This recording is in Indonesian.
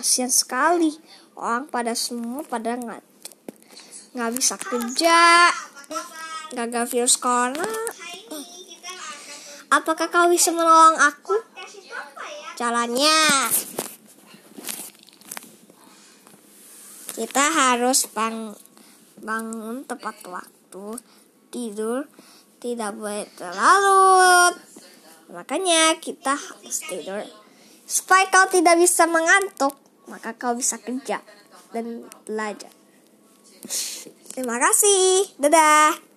kasihan sekali. Orang semua pada nggak bisa kerja, gagal virus corona. Apakah kau bisa menolong aku? Caranya, kita harus bangun tepat waktu, tidur tidak boleh terlalu. Makanya kita harus tidur supaya kau tidak bisa mengantuk, maka kau bisa kerja dan belajar. Terima kasih, dadah.